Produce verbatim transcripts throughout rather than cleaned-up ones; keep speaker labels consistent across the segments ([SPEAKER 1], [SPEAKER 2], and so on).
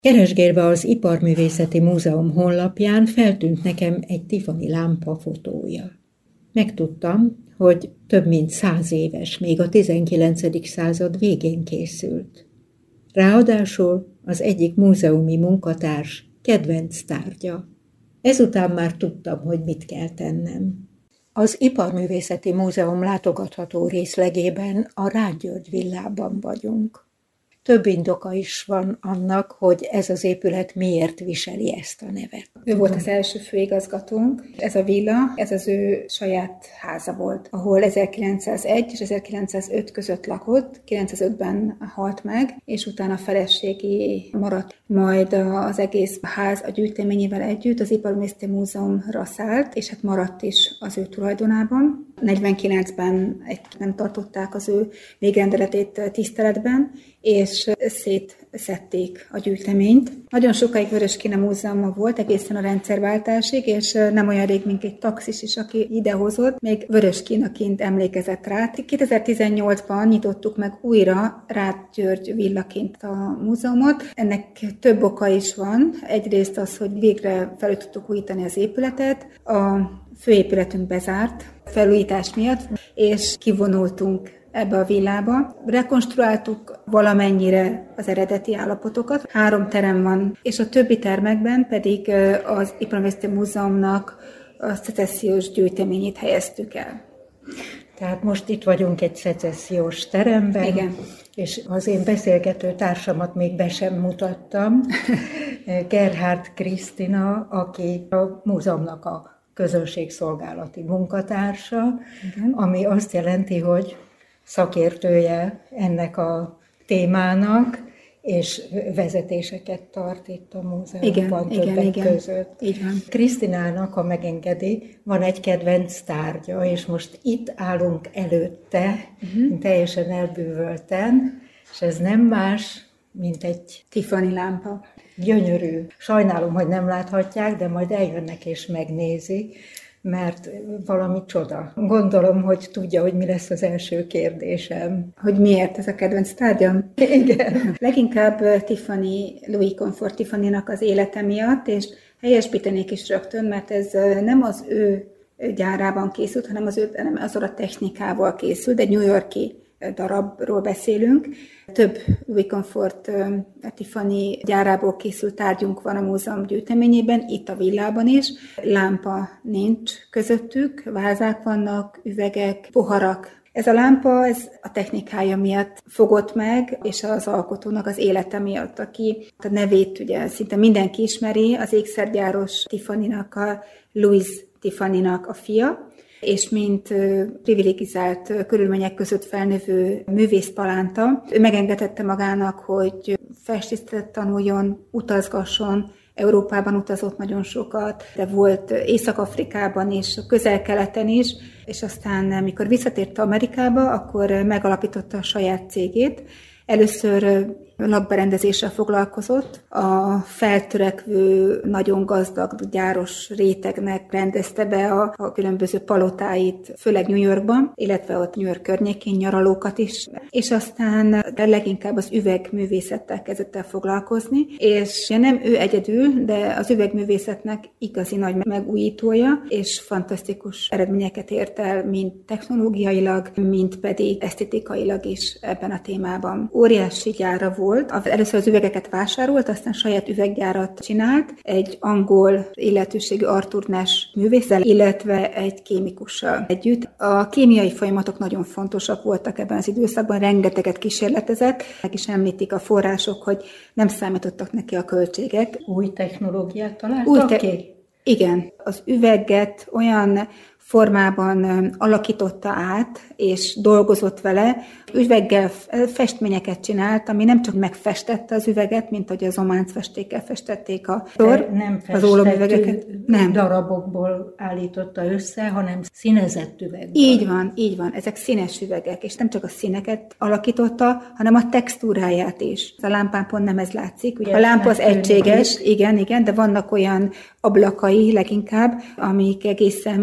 [SPEAKER 1] Keresgélve az Iparművészeti Múzeum honlapján feltűnt nekem egy Tiffany lámpa fotója. Megtudtam, hogy több mint száz éves, még a tizenkilencedik század végén készült. Ráadásul az egyik múzeumi munkatárs kedvenc tárgya. Ezután már tudtam, hogy mit kell tennem. Az Iparművészeti Múzeum látogatható részlegében a Ráth György villában vagyunk. Több indoka is van annak, hogy ez az épület miért viseli ezt a nevet.
[SPEAKER 2] Ő volt az első főigazgatónk. Ez a villa, ez az ő saját háza volt, ahol ezerkilencszázegy és ezerkilencszázöt között lakott, kilencszázötben halt meg, és utána feleségi maradt. Majd az egész ház a gyűjteményével együtt az Iparművészeti Múzeumra szállt, és hát maradt is az ő tulajdonában. negyvenkilencben nem tartották az ő végrendeletét tiszteletben, és szétszedték a gyűjteményt. Nagyon sokáig Vöröskine Múzeuma volt, egészen a rendszerváltásig, és nem olyan rég, mint egy taxis is, aki idehozott, még Vöröskinaként emlékezett rá. kétezer-tizennyolcban nyitottuk meg újra Ráth György villaként a múzeumot. Ennek több oka is van. Egyrészt az, hogy végre fel tudtuk újítani az épületet, a főépületünk bezárt felújítás miatt, és kivonultunk ebbe a villába. Rekonstruáltuk valamennyire az eredeti állapotokat. Három terem van, és a többi termekben pedig az Iparművészeti Múzeumnak a szecessziós gyűjteményét helyeztük el.
[SPEAKER 1] Tehát most itt vagyunk egy szecessziós teremben.
[SPEAKER 2] Igen.
[SPEAKER 1] És az én beszélgető társamat még be sem mutattam. Gerhard Krisztina, aki a múzeumnak a közönségszolgálati munkatársa, igen. Ami azt jelenti, hogy szakértője ennek a témának, és vezetéseket tart itt a múzeumban többek
[SPEAKER 2] igen,
[SPEAKER 1] között.
[SPEAKER 2] Így van.
[SPEAKER 1] Krisztinának, ha megengedi, van egy kedvenc tárgya, és most itt állunk előtte, uh-huh. teljesen elbűvölten, és ez nem más, mint egy
[SPEAKER 2] Tiffany lámpa.
[SPEAKER 1] Gyönyörű. Sajnálom, hogy nem láthatják, de majd eljönnek és megnézik, mert valami csoda. Gondolom, hogy tudja, hogy mi lesz az első kérdésem.
[SPEAKER 2] Hogy miért ez a kedvenc tárgyam?
[SPEAKER 1] Igen.
[SPEAKER 2] Leginkább Tiffany, Louis Comfort Tiffanynak az élete miatt, és helyesbítenék is rögtön, mert ez nem az ő gyárában készült, hanem az ő, hanem azon a technikával készült, egy New York-i darabról beszélünk. Több Louis Comfort Tiffany gyárából készült tárgyunk van a múzeum gyűjteményében, itt a villában is. Lámpa nincs közöttük, vázák vannak, üvegek, poharak. Ez a lámpa ez a technikája miatt fogott meg, és az alkotónak az élete miatt, aki a nevét ugye szinte mindenki ismeri, az ékszergyáros Tiffanynak, a Louis Tiffanynak a fia, és mint privilegizált körülmények között felnövő művészpalánta, ő megengedette magának, hogy festészetet tanuljon, utazgasson, Európában utazott nagyon sokat, de volt Észak-Afrikában és a Közel-Keleten is, és aztán, amikor visszatért Amerikába, akkor megalapította a saját cégét. Először lakberendezéssel foglalkozott, a feltörekvő, nagyon gazdag, gyáros rétegnek rendezte be a, a különböző palotáit, főleg New Yorkban, illetve ott New York környékén nyaralókat is, és aztán leginkább az üvegművészettel kezdett el foglalkozni, és nem ő egyedül, de az üvegművészetnek igazi nagy megújítója, és fantasztikus eredményeket ért el, mind technológiailag, mind pedig esztétikailag is ebben a témában. Óriási gyára volt. Először az üvegeket vásárolt, aztán saját üveggyárat csinált, egy angol illetőségű Arthur Nash művésszel, illetve egy kémikussal együtt. A kémiai folyamatok nagyon fontosak voltak ebben az időszakban, rengeteget kísérletezett, meg is említik a források, hogy nem számítottak neki a költségek.
[SPEAKER 1] Új technológiát találtak
[SPEAKER 2] Új te-
[SPEAKER 1] ki?
[SPEAKER 2] Igen. Az üveget olyan formában alakította át, és dolgozott vele. Üveggel festményeket csinált, ami nem csak megfestette az üveget, mint hogy az ománc festékkel festették a sor,
[SPEAKER 1] nem
[SPEAKER 2] az ólomüvegeket.
[SPEAKER 1] Nem darabokból állította össze, hanem színezett üvegből.
[SPEAKER 2] Így van, így van. Ezek színes üvegek, és nem csak a színeket alakította, hanem a textúráját is. A lámpán pont nem ez látszik. Ugye a lámpa az egységes, igen, igen, de vannak olyan ablakai leginkább, amik egészen meggyűrűzik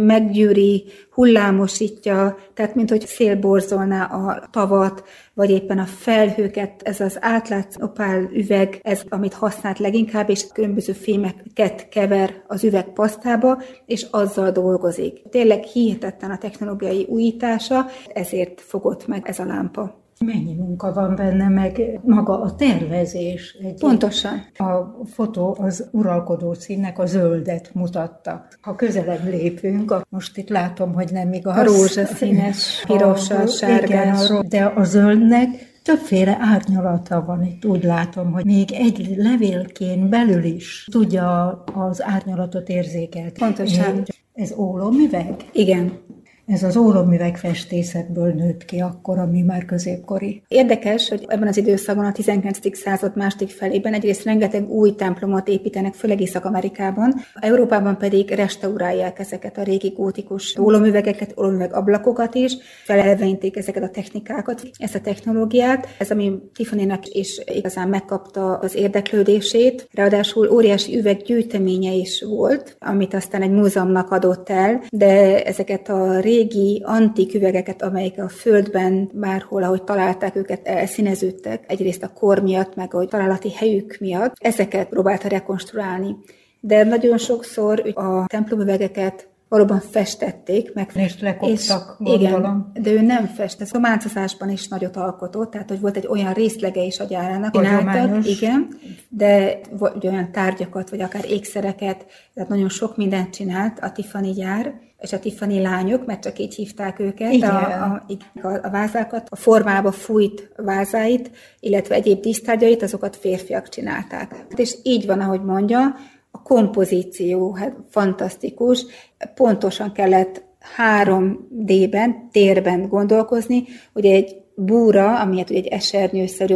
[SPEAKER 2] gyűri, hullámosítja, tehát mint hogy szél borzolná a tavat, vagy éppen a felhőket, ez az átlátszó opál üveg, ez amit használt leginkább, és különböző fémeket kever az üvegpasztába, és azzal dolgozik. Tényleg hihetetlen a technológiai újítása, ezért fogott meg ez a lámpa.
[SPEAKER 1] Mennyi munka van benne, meg maga a tervezés. Egy
[SPEAKER 2] Pontosan.
[SPEAKER 1] A fotó az uralkodó színnek a zöldet mutatta. Ha közelebb lépünk, most itt látom, hogy nem igaz.
[SPEAKER 2] A rózsaszínes, pirossal, sárgás.
[SPEAKER 1] Igen, de a zöldnek többféle árnyalata van itt, úgy látom, hogy még egy levélkén belül is tudja az árnyalatot érzékelni.
[SPEAKER 2] Pontosan.
[SPEAKER 1] Ez ólomüveg?
[SPEAKER 2] Igen.
[SPEAKER 1] Ez az ólomüveg festészetből nőtt ki akkor, ami már középkori.
[SPEAKER 2] Érdekes, hogy ebben az időszakban, a tizenkilencedik század második felében egyrészt rengeteg új templomot építenek, főleg Észak-Amerikában, Európában pedig restaurálják ezeket a régi gótikus ólomüvegeket, ólomüveg ablakokat is, felelveinték ezeket a technikákat, ezt a technológiát. Ez, ami Tiffanynek is igazán megkapta az érdeklődését, ráadásul óriási üveggyűjteménye is volt, amit aztán egy múzeumnak adott el, de ezeket a régi antik üvegeket, amelyek a földben bárhol, ahogy találták őket, elszíneződtek, egyrészt a kor miatt, meg a találati helyük miatt, ezeket próbálta rekonstruálni. De nagyon sokszor a templomüvegeket valóban festették, meg
[SPEAKER 1] és lekoptak,
[SPEAKER 2] igen, de ő nem festett. A máncozásban is nagyot alkotott, tehát hogy volt egy olyan részlege is a gyárának, csináltak, igen, de olyan tárgyakat, vagy akár ékszereket, tehát nagyon sok mindent csinált a Tiffany gyár, és a Tiffany lányok, mert csak így hívták őket, a, a, a vázákat, a formába fújt vázáit, illetve egyéb dísztárgyait, azokat férfiak csinálták. És így van, ahogy mondja, a kompozíció, hát fantasztikus, pontosan kellett három dében, térben gondolkozni, hogy egy búra, amilyet ugye egy esernyőszerű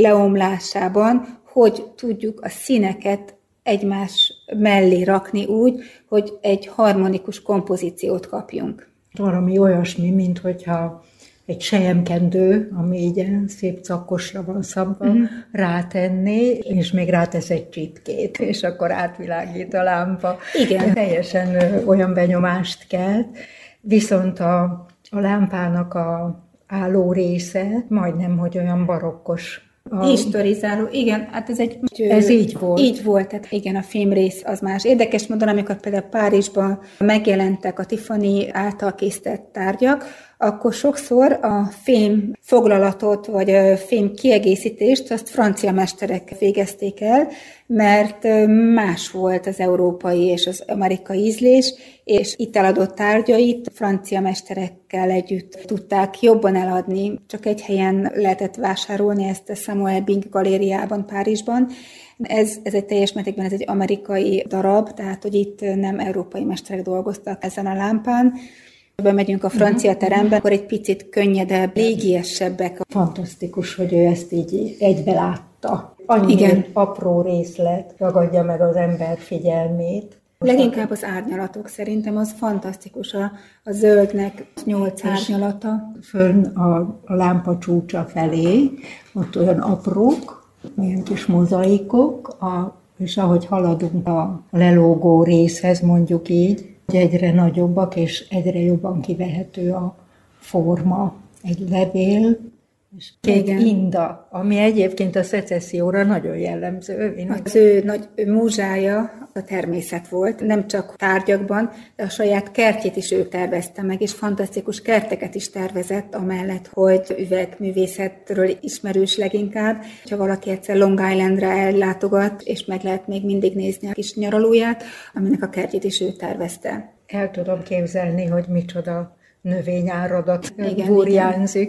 [SPEAKER 2] leomlásában, hogy tudjuk a színeket egymás mellé rakni úgy, hogy egy harmonikus kompozíciót kapjunk.
[SPEAKER 1] Valami olyasmi, mint hogyha egy selyemkendő, ami így szép cakkosra van szabva, uh-huh. rátenni, és még rátesz egy csipkét, és akkor átvilágít a lámpa.
[SPEAKER 2] Igen.
[SPEAKER 1] Teljesen olyan benyomást kelt. Viszont a, a lámpának a álló része majdnem, hogy olyan barokkos.
[SPEAKER 2] A... Historizáló, igen, hát ez egy...
[SPEAKER 1] Ez így volt.
[SPEAKER 2] Így volt, tehát igen, a fémrész az más. Érdekes módon, amikor például Párizsban megjelentek a Tiffany által készített tárgyak, akkor sokszor a fém foglalatot, vagy a fém kiegészítést azt francia mesterek végezték el, mert más volt az európai és az amerikai ízlés, és itt eladott tárgyait francia mesterekkel együtt tudták jobban eladni. Csak egy helyen lehetett vásárolni ezt a Samuel Bing galériában Párizsban. Ez, ez egy teljes mértékben ez egy amerikai darab, tehát hogy itt nem európai mesterek dolgoztak ezen a lámpán. Bemegyünk a francia terembe, akkor egy picit könnyedebb, légiesebbek.
[SPEAKER 1] Fantasztikus, hogy ő ezt így egybe látta. Annyi igen. apró részlet ragadja meg az ember figyelmét.
[SPEAKER 2] Leginkább az árnyalatok szerintem, az fantasztikus. A, a zöldnek nyolc árnyalata.
[SPEAKER 1] Fönn a, a lámpa csúcsa felé, ott olyan aprók, ilyen kis mozaikok, a, és ahogy haladunk a lelógó részhez, mondjuk így, hogy egyre nagyobbak, és egyre jobban kivehető a forma. Egy levél, és egy inda, ami egyébként a szecesszióra nagyon jellemző.
[SPEAKER 2] Az ő nagy múzsája a természet volt, nem csak tárgyakban, de a saját kertjét is ő tervezte meg, és fantasztikus kerteket is tervezett, amellett, hogy üvegművészetről ismerős leginkább. Ha valaki egyszer Long Islandra ellátogat, és meg lehet még mindig nézni a kis nyaralóját, aminek a kertjét is ő tervezte.
[SPEAKER 1] El tudom képzelni, hogy micsoda növényáradat burjánzik.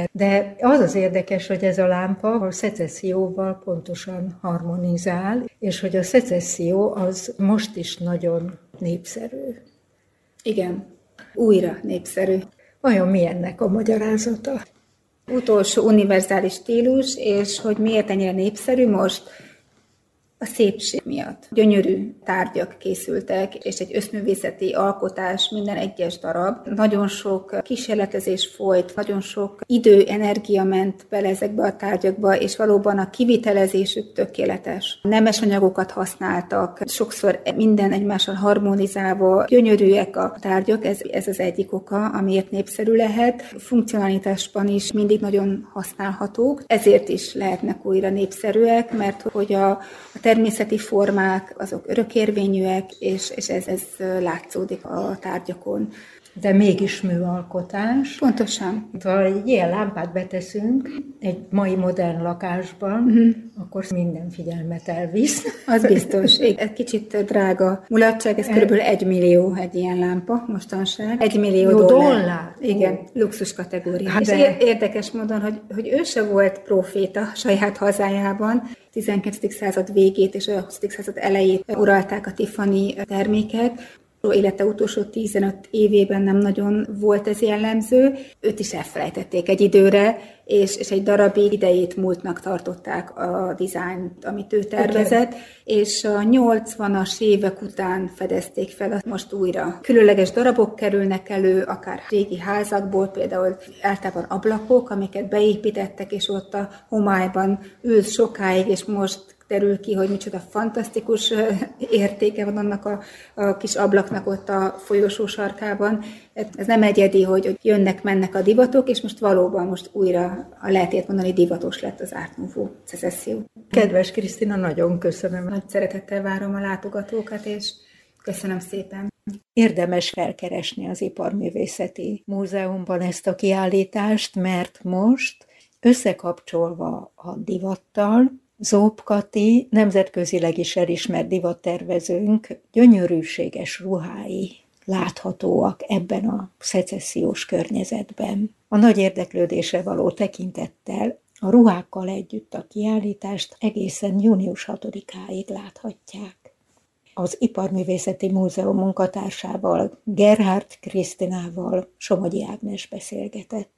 [SPEAKER 1] De az az érdekes, hogy ez a lámpa a szecesszióval pontosan harmonizál, és hogy a szecesszió az most is nagyon népszerű.
[SPEAKER 2] Igen, újra népszerű.
[SPEAKER 1] Vajon mi ennek a magyarázata?
[SPEAKER 2] Utolsó univerzális stílus, és hogy miért ennyire népszerű most? A szépség miatt. Gyönyörű tárgyak készültek, és egy összművészeti alkotás, minden egyes darab. Nagyon sok kísérletezés folyt, nagyon sok idő, energia ment bele ezekbe a tárgyakba, és valóban a kivitelezésük tökéletes. Nemes anyagokat használtak, sokszor minden egymással harmonizálva, gyönyörűek a tárgyak, ez, ez az egyik oka, amiért népszerű lehet. Funkcionalitásban is mindig nagyon használhatók, ezért is lehetnek újra népszerűek, mert hogy a, a természeti formák, azok örökérvényűek, és, és ez, ez látszódik a tárgyakon.
[SPEAKER 1] De mégis műalkotás.
[SPEAKER 2] Pontosan.
[SPEAKER 1] Ha egy ilyen lámpát beteszünk egy mai modern lakásban, uh-huh. akkor minden figyelmet elvisz.
[SPEAKER 2] Az biztos. Egy kicsit drága mulatság, ez körülbelül egy millió egy ilyen lámpa mostanság. Egy millió
[SPEAKER 1] Jó,
[SPEAKER 2] dollár.
[SPEAKER 1] dollár.
[SPEAKER 2] Igen, oh. Luxus kategória. Hát és
[SPEAKER 1] de...
[SPEAKER 2] érdekes módon, hogy, hogy ő se volt proféta saját hazájában. tizenkilencedik század végét és a huszadik század elejét uralták a Tiffany termékek. Élete utolsó tizenöt évében nem nagyon volt ez jellemző. Őt is elfelejtették egy időre, és, és egy darabig idejét múltnak tartották a dizájnt, amit ő tervezett, okay. És a nyolcvanas évek után fedezték fel most újra. Különleges darabok kerülnek elő, akár régi házakból, például általában ablakok, amiket beépítettek, és ott a homályban ül sokáig, és most derül ki, hogy micsoda fantasztikus értéke van annak a, a kis ablaknak ott a folyosó sarkában. Ez nem egyedi, hogy, hogy jönnek-mennek a divatok, és most valóban most újra, ha lehet ilyet mondani, divatos lett az Art Nouveau szecesszió.
[SPEAKER 1] Kedves Krisztina, nagyon köszönöm.
[SPEAKER 2] Nagy szeretettel várom a látogatókat, és köszönöm szépen.
[SPEAKER 1] Érdemes felkeresni az Iparművészeti Múzeumban ezt a kiállítást, mert most összekapcsolva a divattal, Zóp Kati, nemzetközileg is elismert divattervezőnk, gyönyörűséges ruhái láthatóak ebben a szecessziós környezetben. A nagy érdeklődésre való tekintettel a ruhákkal együtt a kiállítást egészen június hatodikáig láthatják. Az Iparművészeti Múzeum munkatársával, Gerhard Krisztinával Somogyi Ágnes beszélgetett.